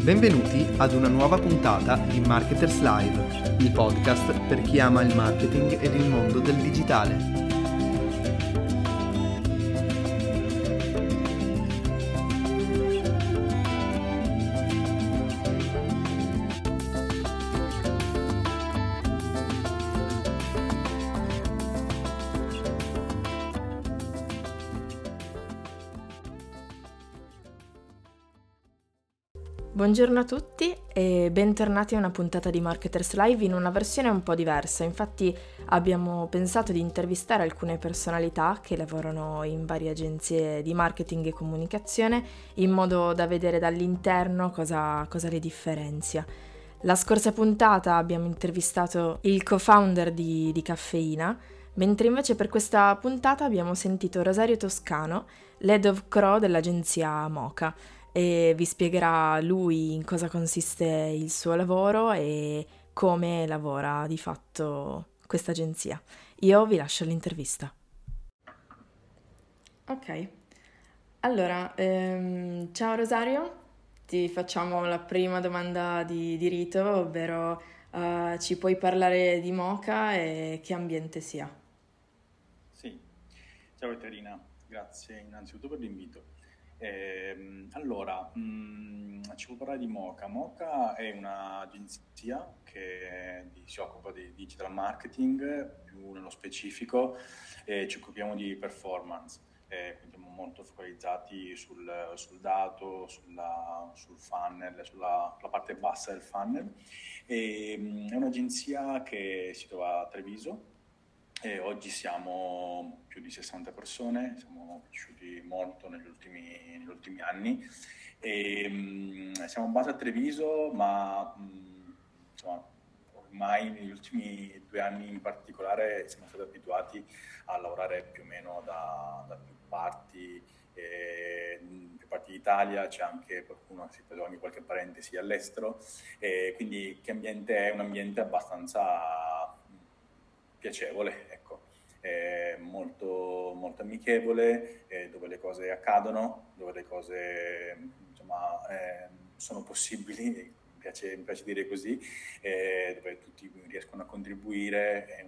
Benvenuti ad una nuova puntata di Marketers Live, il podcast per chi ama il marketing ed il mondo del digitale. Buongiorno a tutti e bentornati a una puntata di Marketers Live in una versione un po' diversa. Infatti abbiamo pensato di intervistare alcune personalità che lavorano in varie agenzie di marketing e comunicazione in modo da vedere dall'interno cosa le differenzia. La scorsa puntata abbiamo intervistato il co-founder di Caffeina, mentre invece per questa puntata abbiamo sentito Rosario Toscano, l'head of CRO dell'agenzia Moka, e vi spiegherà lui in cosa consiste il suo lavoro e come lavora di fatto questa agenzia. Io vi lascio l'intervista. Ok, allora, ciao Rosario, ti facciamo la prima domanda di rito, ovvero ci puoi parlare di Moka e che ambiente sia? Sì, ciao Caterina, grazie innanzitutto per l'invito. Ci può parlare di Moka. Moka è un'agenzia che si occupa di digital marketing, più nello specifico, ci occupiamo di performance, quindi siamo molto focalizzati sul dato, sul funnel, sulla parte bassa del funnel. È un'agenzia che si trova a Treviso. E oggi siamo più di 60 persone, siamo cresciuti molto negli ultimi anni e siamo base a Treviso, ma insomma, ormai negli ultimi 2 anni in particolare siamo stati abituati a lavorare più o meno da più parti. In più parti d'Italia, c'è anche qualcuno che si fa anche qualche parentesi all'estero, quindi che ambiente è? Un ambiente abbastanza piacevole, ecco, molto, molto amichevole, dove le cose accadono, dove le cose insomma, sono possibili, mi piace dire così, dove tutti riescono a contribuire, è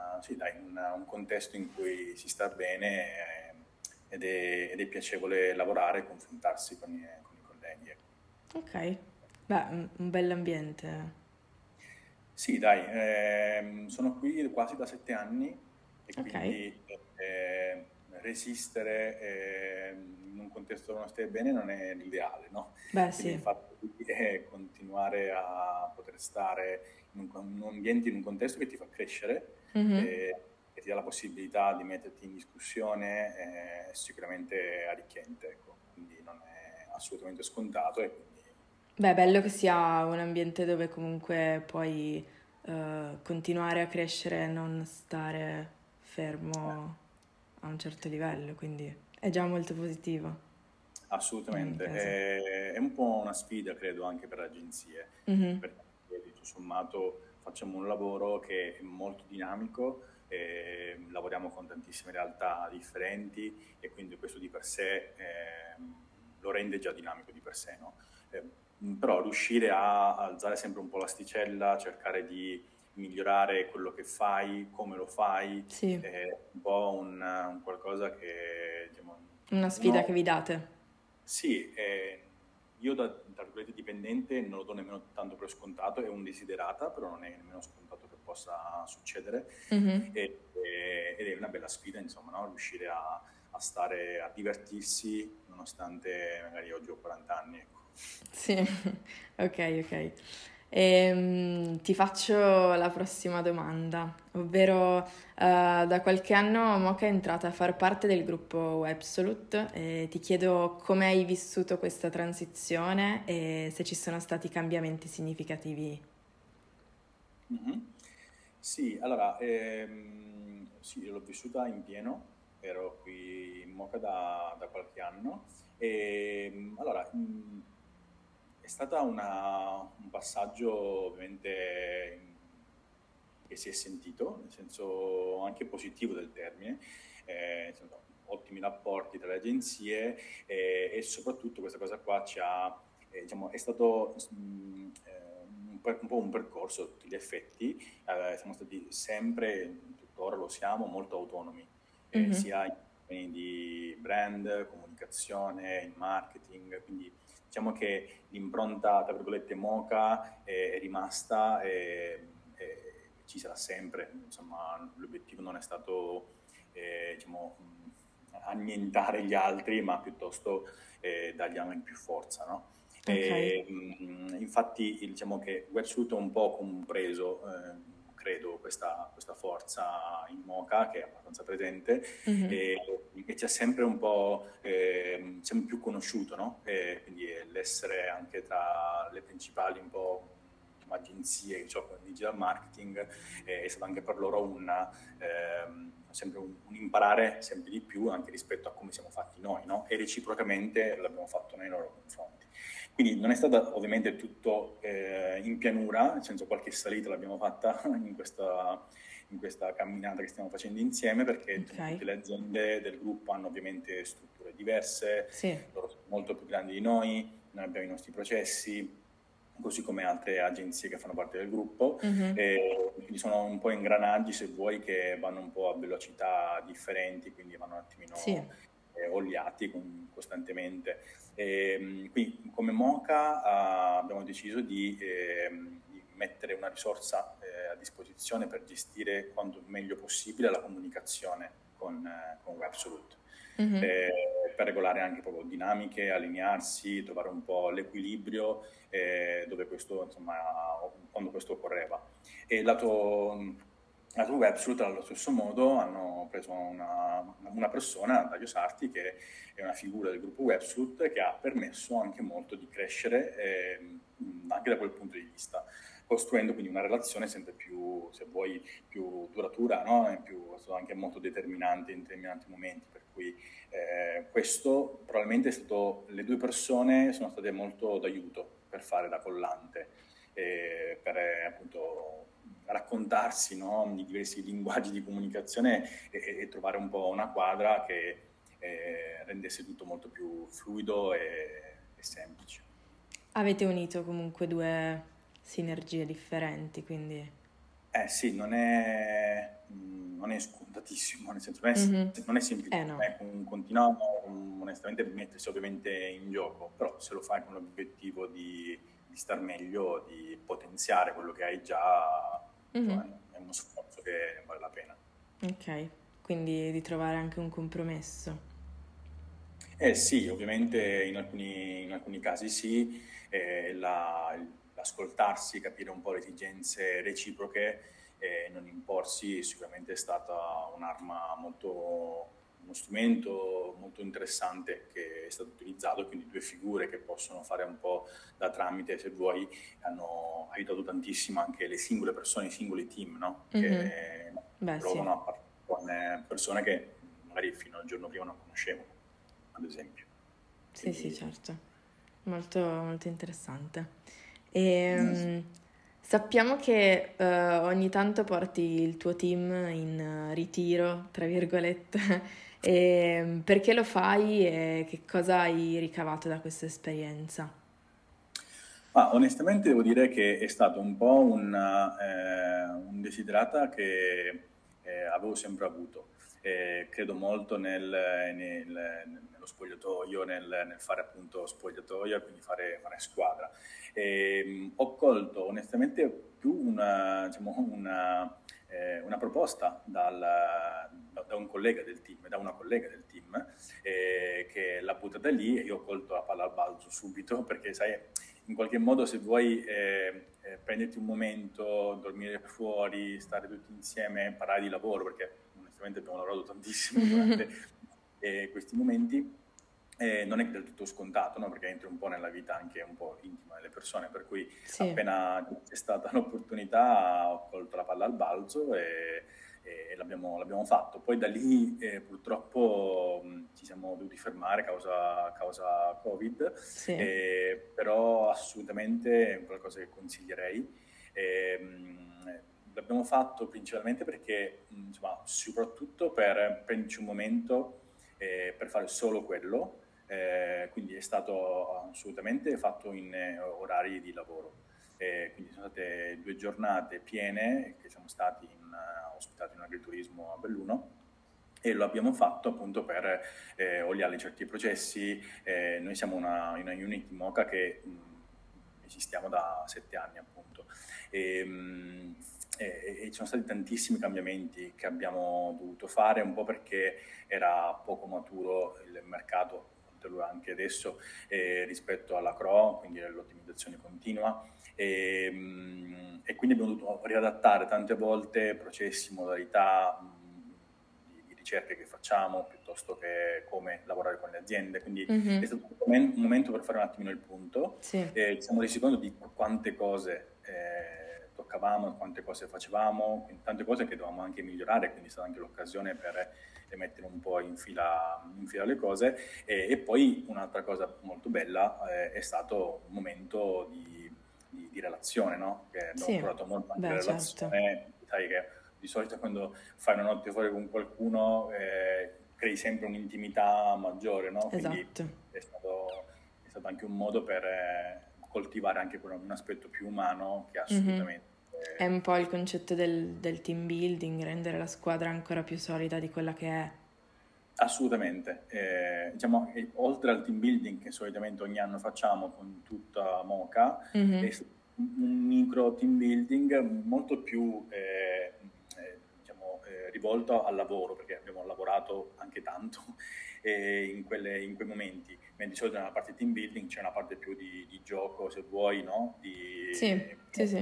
un contesto in cui si sta bene ed è piacevole lavorare e confrontarsi con i colleghi. Ok, beh, un bell'ambiente. Sì, dai, sono qui quasi da 7 anni e Ok. quindi resistere in un contesto dove non stai bene non è l'ideale, no? Beh, Quindi il sì. fatto di continuare a poter stare in un ambiente, in un contesto che ti fa crescere, Mhm. che ti dà la possibilità di metterti in discussione, è sicuramente arricchente, ecco. Quindi non è assolutamente scontato e quindi Beh, è bello che sia un ambiente dove comunque puoi continuare a crescere e non stare fermo a un certo livello, quindi è già molto positivo in ogni assolutamente, caso. è un po' una sfida credo anche per le agenzie, Mhm. perché tutto sommato facciamo un lavoro che è molto dinamico, lavoriamo con tantissime realtà differenti e quindi questo di per sé lo rende già dinamico di per sé, no? Però riuscire a alzare sempre un po' l'asticella, cercare di migliorare quello che fai, come lo fai, Sì, è un po' un qualcosa che diciamo, una sfida che uno vi date. sì, io tra virgolette dipendente non lo do nemmeno tanto per scontato, è un desiderata, però non è nemmeno scontato che possa succedere Mhm. ed è una bella sfida, insomma, no? Riuscire a stare, a divertirsi nonostante magari oggi ho 40 anni, ecco. Sì, ok. Ti faccio la prossima domanda, ovvero da qualche anno Moka è entrata a far parte del gruppo Websolute e ti chiedo come hai vissuto questa transizione e se ci sono stati cambiamenti significativi. Mhm. Sì, allora, sì, l'ho vissuta in pieno, ero qui in Moca da qualche anno e allora, è stata un passaggio ovviamente che si è sentito, nel senso anche positivo del termine, nel senso, ottimi rapporti tra le agenzie e soprattutto questa cosa qua ci ha diciamo, è stato un po' un percorso a tutti gli effetti. Siamo stati sempre, tuttora lo siamo, molto autonomi, sia in termini di brand, comunicazione, in marketing, quindi diciamo che l'impronta, tra virgolette, Moka è rimasta e ci sarà sempre. Insomma, l'obiettivo non è stato diciamo, annientare gli altri, ma piuttosto dargli anche più forza, no? Ok. Infatti diciamo che Websuite ha un po' compreso, credo, questa forza in Moka, che è abbastanza presente, e ci ha sempre un po' sempre più conosciuto, no? Quindi l'essere anche tra le principali un po' agenzie che giocano in digital marketing è stato anche per loro sempre un imparare sempre di più anche rispetto a come siamo fatti noi, no? E reciprocamente l'abbiamo fatto nei loro confronti. Quindi non è stato ovviamente tutto in pianura, nel senso qualche salita l'abbiamo fatta in questa camminata che stiamo facendo insieme, perché tutte le aziende del gruppo hanno ovviamente strutture diverse, loro sono molto più grandi di noi abbiamo i nostri processi, così come altre agenzie che fanno parte del gruppo, quindi sono un po' ingranaggi, se vuoi, che vanno un po' a velocità differenti, quindi vanno un attimino oliati costantemente. Quindi come Moka abbiamo deciso di mettere una risorsa a disposizione per gestire quanto meglio possibile la comunicazione con Websuite. Per regolare anche proprio dinamiche, allinearsi, trovare un po' l'equilibrio dove questo, insomma, quando questo occorreva. E lato Websuite, allo stesso modo, hanno preso una persona, Dario Sarti, che è una figura del gruppo Websuite, che ha permesso anche molto di crescere anche da quel punto di vista, costruendo quindi una relazione sempre più, se vuoi, più duratura, no? È stato anche molto determinante in determinati momenti, per cui questo probabilmente è stato, le due persone sono state molto d'aiuto per fare da collante, per appunto raccontarsi, no? I diversi linguaggi di comunicazione e trovare un po' una quadra che rendesse tutto molto più fluido e semplice. Avete unito comunque due sinergie differenti, quindi... Sì, non è scontatissimo, nel senso non è semplice, no. Continuiamo onestamente a mettersi ovviamente in gioco, però se lo fai con l'obiettivo di star meglio, di potenziare quello che hai già, insomma, è uno sforzo che vale la pena. Ok, quindi di trovare anche un compromesso. Sì, ovviamente in alcuni casi sì, l'ascoltarsi, capire un po' le esigenze reciproche e non imporsi sicuramente è stata un'arma uno strumento molto interessante che è stato utilizzato, quindi due figure che possono fare un po' da tramite, se vuoi, hanno aiutato tantissimo anche le singole persone, i singoli team, no? Che provano a parlare con persone che magari fino al giorno prima non conoscevano, ad esempio. Quindi... Sì, certo. Molto, molto interessante. E sappiamo che ogni tanto porti il tuo team in ritiro, tra virgolette. Perché lo fai e che cosa hai ricavato da questa esperienza? Onestamente devo dire che è stato un po' un desiderata che avevo sempre avuto. Credo molto nello spogliatoio, nel fare appunto spogliatoio, quindi fare squadra. Ho colto onestamente più una proposta da un collega del team, da una collega del team, che l'ha buttata lì e io ho colto la palla al balzo subito, perché sai, in qualche modo se vuoi prenderti un momento, dormire fuori, stare tutti insieme, parlare di lavoro, perché onestamente abbiamo lavorato tantissimo durante questi momenti, non è del tutto scontato, no? Perché entri un po' nella vita anche un po' intima delle persone, per cui appena c'è stata l'opportunità ho colto la palla al balzo e l'abbiamo fatto. Poi da lì purtroppo ci siamo dovuti fermare causa Covid, però assolutamente è qualcosa che consiglierei. L'abbiamo fatto principalmente perché, insomma, soprattutto per prenderci un momento per fare solo quello, quindi è stato assolutamente fatto in orari di lavoro. Quindi sono state 2 giornate piene che siamo stati ospitati in un agriturismo a Belluno, e lo abbiamo fatto appunto per oliare certi processi. Noi siamo una unit di Moka che esistiamo da 7 anni appunto, e ci sono stati tantissimi cambiamenti che abbiamo dovuto fare, un po' perché era poco maturo il mercato anche adesso rispetto alla CRO, quindi all'ottimizzazione continua, e quindi abbiamo dovuto riadattare tante volte processi, modalità di ricerche che facciamo, piuttosto che come lavorare con le aziende, quindi è stato un momento per fare un attimino il punto. Sì. Ci siamo resi conto di quante cose toccavamo, quante cose facevamo, quindi tante cose che dovevamo anche migliorare, quindi è stata anche l'occasione per mettere un po' in fila le cose, e poi un'altra cosa molto bella è stato un momento di relazione, no? Che abbiamo provato molto anche la relazione, certo. Sai che di solito quando fai una notte fuori con qualcuno crei sempre un'intimità maggiore, no? Quindi esatto. è stato anche un modo per coltivare anche un aspetto più umano che assolutamente... È un po' il concetto del team building, rendere la squadra ancora più solida di quella che è. Assolutamente. Diciamo, oltre al team building che solitamente ogni anno facciamo con tutta Moka, è un micro team building molto più rivolto al lavoro, perché abbiamo lavorato anche tanto in quei momenti. Mentre di solito nella parte team building c'è una parte più di gioco, se vuoi, no? Sì.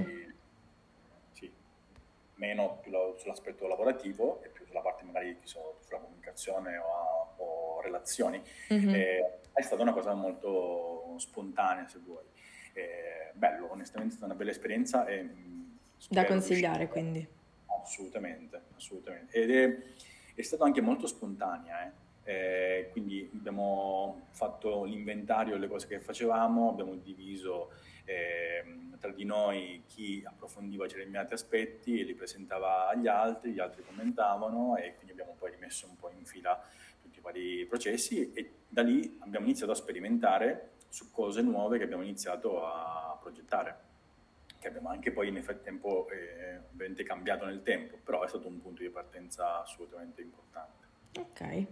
Meno più sull'aspetto lavorativo e più sulla parte magari sulla comunicazione o relazioni. È stata una cosa molto spontanea, se vuoi. Bello, onestamente è stata una bella esperienza e da consigliare, quindi. Assolutamente. Ed è stato anche molto spontanea, quindi abbiamo fatto l'inventario delle cose che facevamo, abbiamo diviso tra di noi chi approfondiva determinati aspetti e li presentava agli altri, gli altri commentavano, e quindi abbiamo poi rimesso un po' in fila tutti i vari processi, e da lì abbiamo iniziato a sperimentare su cose nuove che abbiamo iniziato a progettare, che abbiamo anche poi nel frattempo ovviamente cambiato nel tempo, però è stato un punto di partenza assolutamente importante. Ok.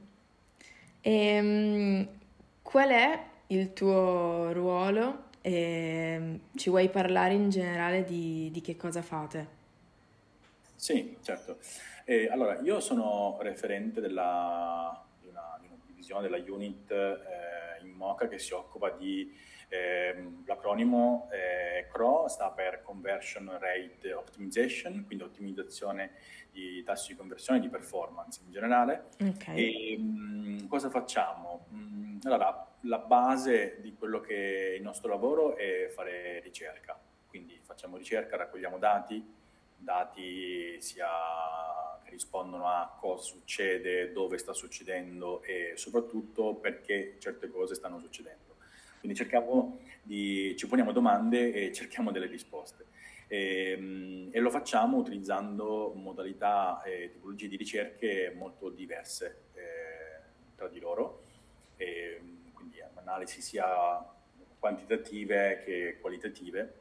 Qual è il tuo ruolo? Ci vuoi parlare in generale di che cosa fate? Sì, certo. Allora, io sono referente di una divisione della unit in Moka che si occupa di l'acronimo CRO, sta per Conversion Rate Optimization, quindi ottimizzazione di tassi di conversione, di performance in generale. Okay. E cosa facciamo? Allora, la base di quello che è il nostro lavoro è fare ricerca, quindi facciamo ricerca, raccogliamo dati sia che rispondono a cosa succede, dove sta succedendo e soprattutto perché certe cose stanno succedendo. Quindi ci poniamo domande e cerchiamo delle risposte. E lo facciamo utilizzando modalità e tipologie di ricerche molto diverse tra di loro, quindi analisi sia quantitative che qualitative,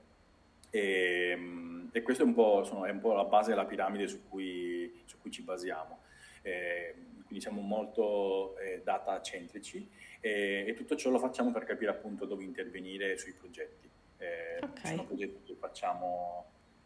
e questo è un po' la base della piramide su cui ci basiamo. Quindi siamo molto data centrici, e tutto ciò lo facciamo per capire appunto dove intervenire sui progetti. Sono progetti che facciamo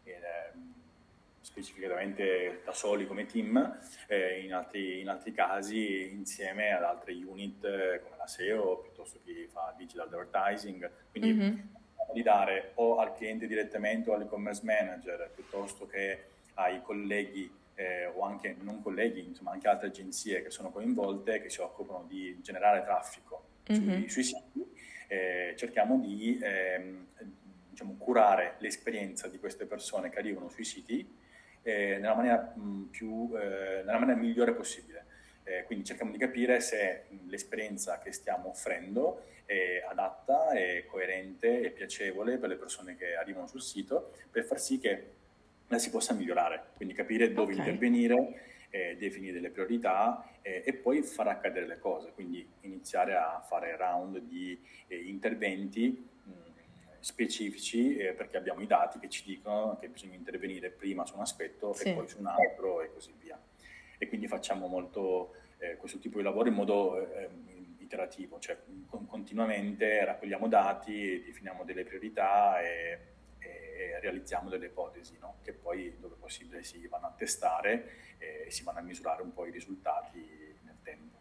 specificatamente da soli come team, in altri casi insieme ad altre unit come la SEO, piuttosto che chi fa digital advertising, quindi di dare o al cliente direttamente o all'e-commerce manager, piuttosto che ai colleghi o anche non colleghi, insomma anche altre agenzie che sono coinvolte, che si occupano di generare traffico sui siti. Cerchiamo di curare l'esperienza di queste persone che arrivano sui siti nella maniera migliore possibile. Quindi cerchiamo di capire se l'esperienza che stiamo offrendo è adatta, è coerente, è piacevole per le persone che arrivano sul sito, per far sì che la si possa migliorare, quindi capire dove intervenire definire delle priorità e poi far accadere le cose, quindi iniziare a fare round di interventi specifici perché abbiamo i dati che ci dicono che bisogna intervenire prima su un aspetto e poi su un altro e così via. E quindi facciamo molto questo tipo di lavoro in modo iterativo, cioè continuamente raccogliamo dati, definiamo delle priorità e realizziamo delle ipotesi, no? Che poi dove possibile si vanno a testare e si vanno a misurare un po' i risultati nel tempo.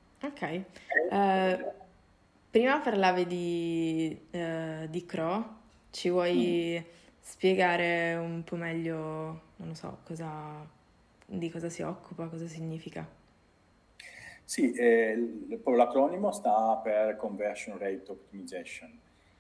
Ok. Prima parlavi di Cro, ci vuoi spiegare un po' meglio, non lo so, di cosa si occupa, cosa significa? Sì, proprio l'acronimo sta per Conversion Rate Optimization.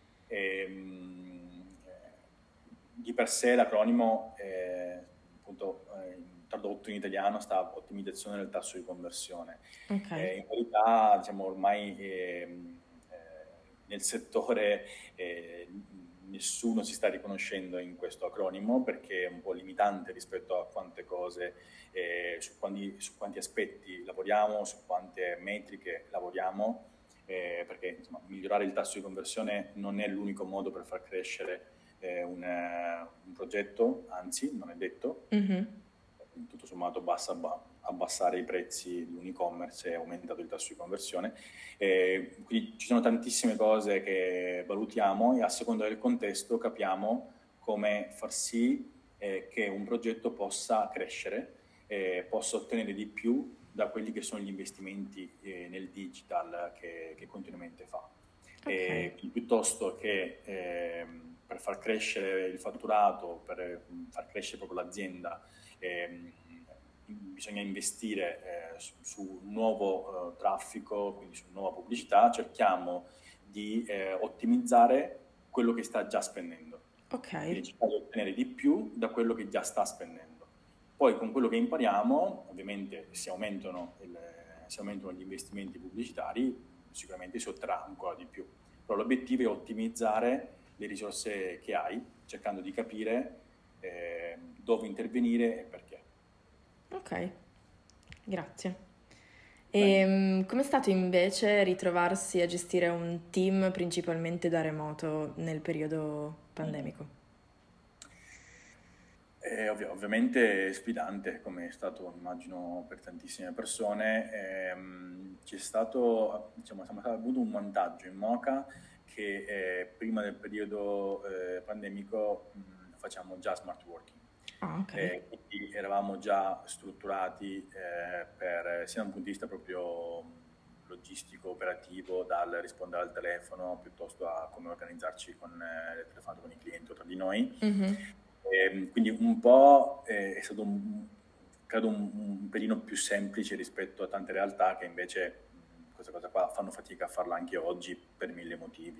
Di per sé l'acronimo, appunto, tradotto in italiano, sta ottimizzazione del tasso di conversione. Okay. In verità, diciamo, ormai nel settore nessuno si sta riconoscendo in questo acronimo perché è un po' limitante rispetto a quante cose, su quanti aspetti lavoriamo, su quante metriche lavoriamo, perché insomma, migliorare il tasso di conversione non è l'unico modo per far crescere un progetto, anzi non è detto. Tutto sommato basta abbassare i prezzi di un e-commerce e aumentato il tasso di conversione. Quindi ci sono tantissime cose che valutiamo e a seconda del contesto capiamo come far sì che un progetto possa crescere, possa ottenere di più da quelli che sono gli investimenti nel digital che continuamente fa. Piuttosto che per far crescere il fatturato, per far crescere proprio l'azienda, bisogna investire su nuovo traffico, quindi su nuova pubblicità, cerchiamo di ottimizzare quello che sta già spendendo. Quindi cerchiamo di ottenere di più da quello che già sta spendendo. Poi con quello che impariamo, ovviamente si aumentano gli investimenti pubblicitari, sicuramente si otterrà ancora di più. Però l'obiettivo è ottimizzare le risorse che hai, cercando di capire dove intervenire e perché. Ok, grazie. E com'è stato invece ritrovarsi a gestire un team principalmente da remoto nel periodo pandemico? Ovviamente sfidante, come è stato immagino per tantissime persone. C'è stato, diciamo, abbiamo avuto un vantaggio in Moca che prima del periodo pandemico facciamo già smart working. Quindi eravamo già strutturati sia da un punto di vista proprio logistico, operativo, dal rispondere al telefono piuttosto a come organizzarci con le telefonate con i clienti o tra di noi. Quindi un po' è stato credo un pelino più semplice rispetto a tante realtà che invece questa cosa qua fanno fatica a farla anche oggi per mille motivi.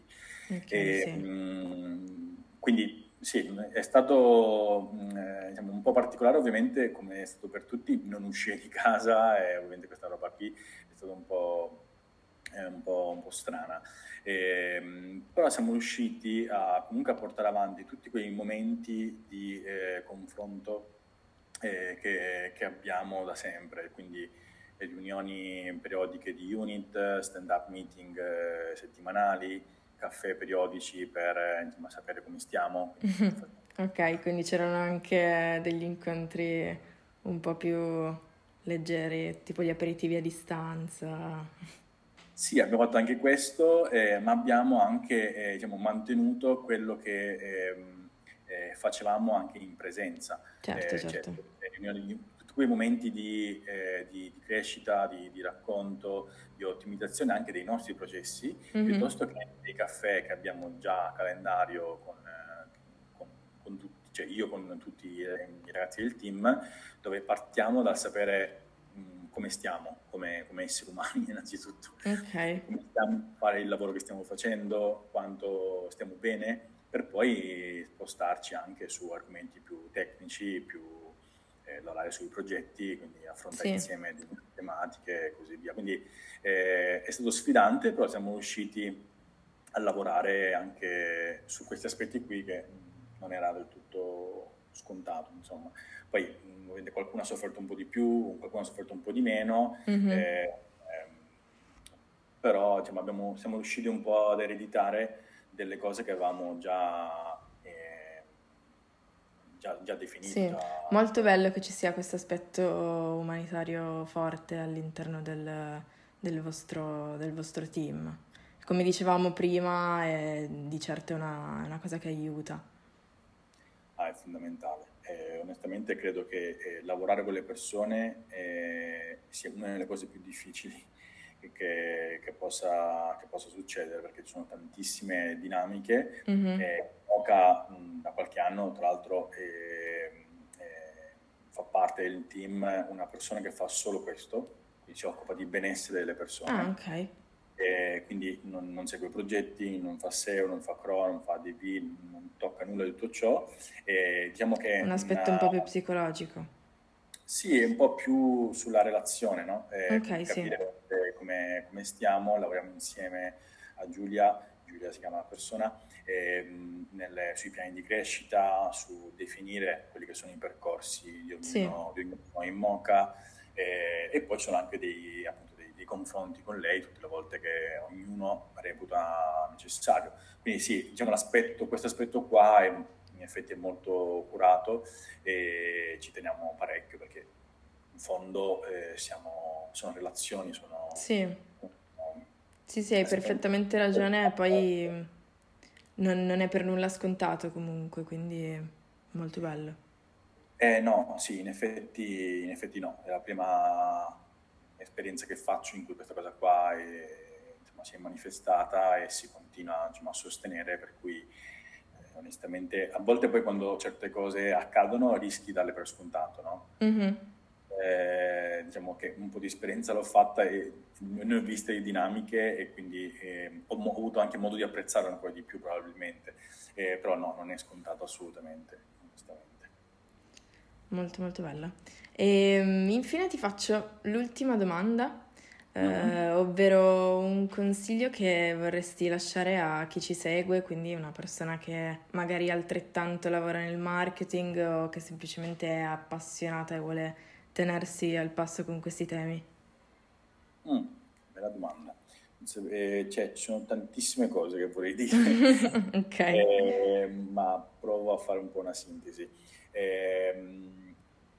Quindi sì, è stato diciamo, un po' particolare ovviamente, come è stato per tutti, non uscire di casa e ovviamente questa roba qui è stata un po' strana. Però siamo riusciti comunque a portare avanti tutti quei momenti di confronto che abbiamo da sempre, quindi le riunioni periodiche di unit, stand-up meeting settimanali, caffè periodici per insomma, sapere come stiamo. Ok, quindi c'erano anche degli incontri un po' più leggeri, tipo gli aperitivi a distanza. Sì, abbiamo fatto anche questo, ma abbiamo anche diciamo, mantenuto quello che facevamo anche in presenza. Certo. Tutti quei momenti di crescita, di racconto, di ottimizzazione anche dei nostri processi, piuttosto che dei caffè che abbiamo già a calendario con tutti, cioè io con tutti i ragazzi del team, dove partiamo dal sapere come stiamo, come esseri umani innanzitutto, come stiamo a fare il lavoro che stiamo facendo, quanto stiamo bene, per poi spostarci anche su argomenti più tecnici, più lavorare sui progetti, quindi affrontare insieme delle tematiche e così via. Quindi è stato sfidante, però siamo riusciti a lavorare anche su questi aspetti qui che non era del tutto scontato, insomma. Poi qualcuno ha sofferto un po' di più, qualcuno ha sofferto un po' di meno, Mhm. però diciamo, siamo riusciti un po' ad ereditare delle cose che avevamo già definito. Sì, molto bello che ci sia questo aspetto umanitario forte all'interno del vostro team. Come dicevamo prima, di certo è una cosa che aiuta. È fondamentale. Onestamente credo che lavorare con le persone sia una delle cose più difficili che possa succedere, perché ci sono tantissime dinamiche. Mhm. Oka da qualche anno, tra l'altro, fa parte del team una persona che fa solo questo, quindi si occupa di benessere delle Ah, persone. ok. Quindi non segue progetti, non fa SEO, non fa crawl, non fa DB, non tocca nulla di tutto ciò. Diciamo Un che aspetto un po' più psicologico. sì, è un po' più sulla relazione, no? Quindi Ok, sì. capire come stiamo, lavoriamo insieme a Giulia, Giulia si chiama la persona, sui piani di crescita, su definire quelli che sono i percorsi di Sì. ognuno in Moca, e poi ci sono anche appunto dei confronti con lei tutte le volte che ognuno reputa necessario. Quindi sì, diciamo questo aspetto qua in effetti è molto curato e ci teniamo parecchio perché in fondo sono relazioni, Sì. Sì, sì, hai sempre. perfettamente ragione. Poi non è per nulla scontato comunque, quindi è molto bello. No, sì, in effetti no, è la prima esperienza che faccio in cui questa cosa qua insomma, si è manifestata e si continua, insomma, a sostenere, per cui onestamente a volte poi quando certe cose accadono rischi di darle per scontato, no? Mhm. Diciamo che un po' di esperienza l'ho fatta e ne ho viste le dinamiche e quindi ho avuto anche modo di apprezzarlo ancora di più probabilmente. Però no, non è scontato assolutamente, onestamente. Molto molto bella. E infine ti faccio l'ultima domanda, Mhm. ovvero un consiglio che vorresti lasciare a chi ci segue, quindi una persona che magari altrettanto lavora nel marketing o che semplicemente è appassionata e vuole tenersi al passo con questi temi. Mm, bella domanda. Ci sono tantissime cose che vorrei dire, Ok, ma provo a fare un po' una sintesi. Ehm,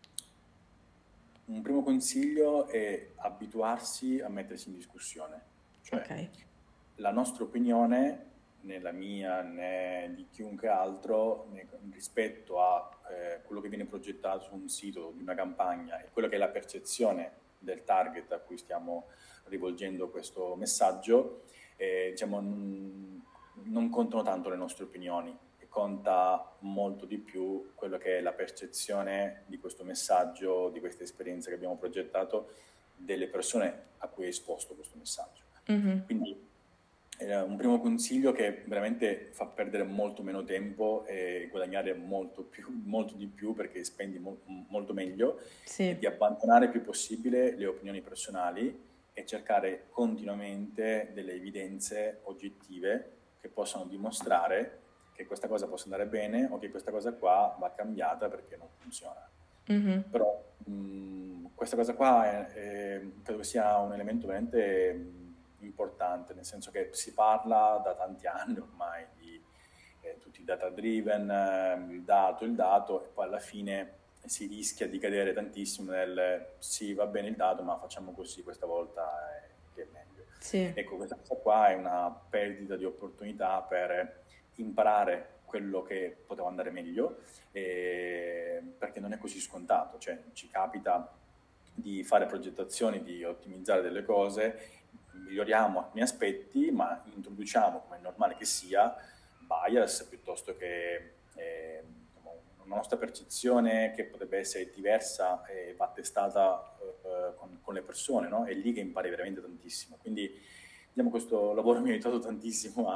un primo consiglio è abituarsi a mettersi in discussione, cioè ok. la nostra opinione, né la mia né di chiunque altro, rispetto a quello che viene progettato su un sito, di una campagna e quello che è la percezione del target a cui stiamo rivolgendo questo messaggio, diciamo, non contano tanto le nostre opinioni, e conta molto di più quello che è la percezione di questo messaggio, di questa esperienza che abbiamo progettato, delle persone a cui è esposto questo messaggio. Mhm. Quindi un primo consiglio che veramente fa perdere molto meno tempo e guadagnare molto di più perché spendi molto meglio, è Sì. di abbandonare il più possibile le opinioni personali e cercare continuamente delle evidenze oggettive che possano dimostrare che questa cosa possa andare bene o che questa cosa qua va cambiata perché non funziona. Mhm. Però questa cosa qua credo che sia un elemento veramente importante, nel senso che si parla da tanti anni ormai di tutti data driven, il dato, e poi alla fine si rischia di cadere tantissimo nel sì, va bene il dato, ma facciamo così questa volta che è meglio. Sì. Ecco, questa cosa qua è una perdita di opportunità per imparare quello che poteva andare meglio, perché non è così scontato, cioè ci capita di fare progettazioni, di ottimizzare delle cose, miglioriamo alcuni aspetti, ma introduciamo, come è normale che sia, bias piuttosto che diciamo, una nostra percezione che potrebbe essere diversa e va testata con le persone, no? È lì che impari veramente tantissimo. Quindi diciamo, questo lavoro mi ha aiutato tantissimo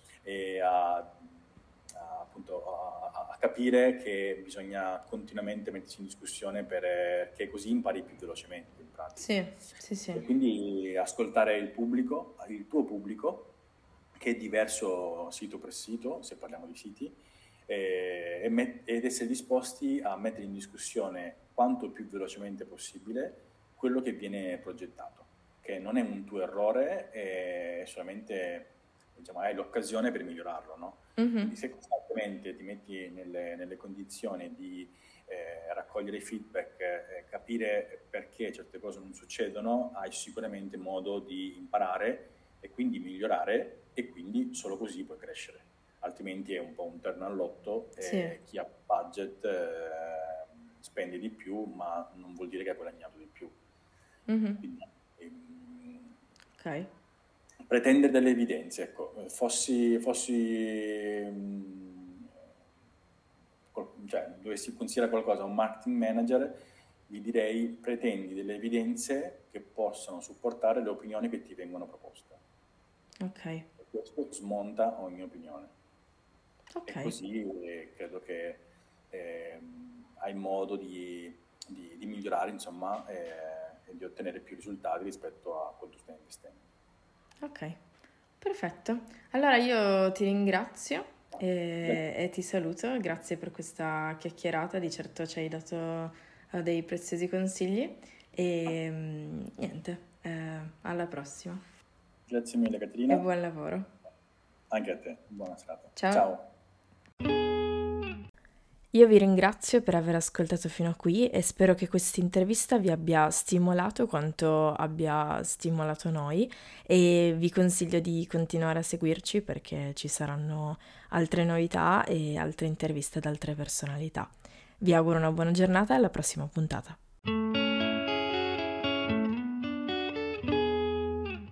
appunto, a capire che bisogna continuamente mettersi in discussione perché così impari più velocemente in pratica. Sì, sì, sì. E quindi ascoltare il pubblico, il tuo pubblico, che è diverso sito per sito, se parliamo di siti, ed essere disposti a mettere in discussione quanto più velocemente possibile quello che viene progettato, che non è un tuo errore, è solamente, diciamo, hai l'occasione per migliorarlo, no? Quindi se costantemente ti metti nelle condizioni di raccogliere feedback, capire perché certe cose non succedono, hai sicuramente modo di imparare e quindi migliorare, e quindi solo così puoi crescere. Altrimenti è un po' un terno all'otto, Sì. chi ha budget spende di più, ma non vuol dire che ha guadagnato di più. Quindi, Ok. pretendere delle evidenze, ecco, cioè, dovessi consigliare qualcosa a un marketing manager, gli direi: pretendi delle evidenze che possano supportare le opinioni che ti vengono proposte. Ok. E questo smonta ogni opinione. Ok. E così credo che hai modo di migliorare, insomma, e di ottenere più risultati rispetto a quanto stai investendo. Ok, perfetto. Allora io ti ringrazio e ti saluto. Grazie per questa chiacchierata. Di certo ci hai dato dei preziosi consigli e niente, alla prossima Grazie mille, e Caterina. buon lavoro. Anche a te, buona serata. Ciao. Ciao. Io vi ringrazio per aver ascoltato fino a qui e spero che questa intervista vi abbia stimolato quanto abbia stimolato noi, e vi consiglio di continuare a seguirci perché ci saranno altre novità e altre interviste ad altre personalità. Vi auguro una buona giornata e alla prossima puntata.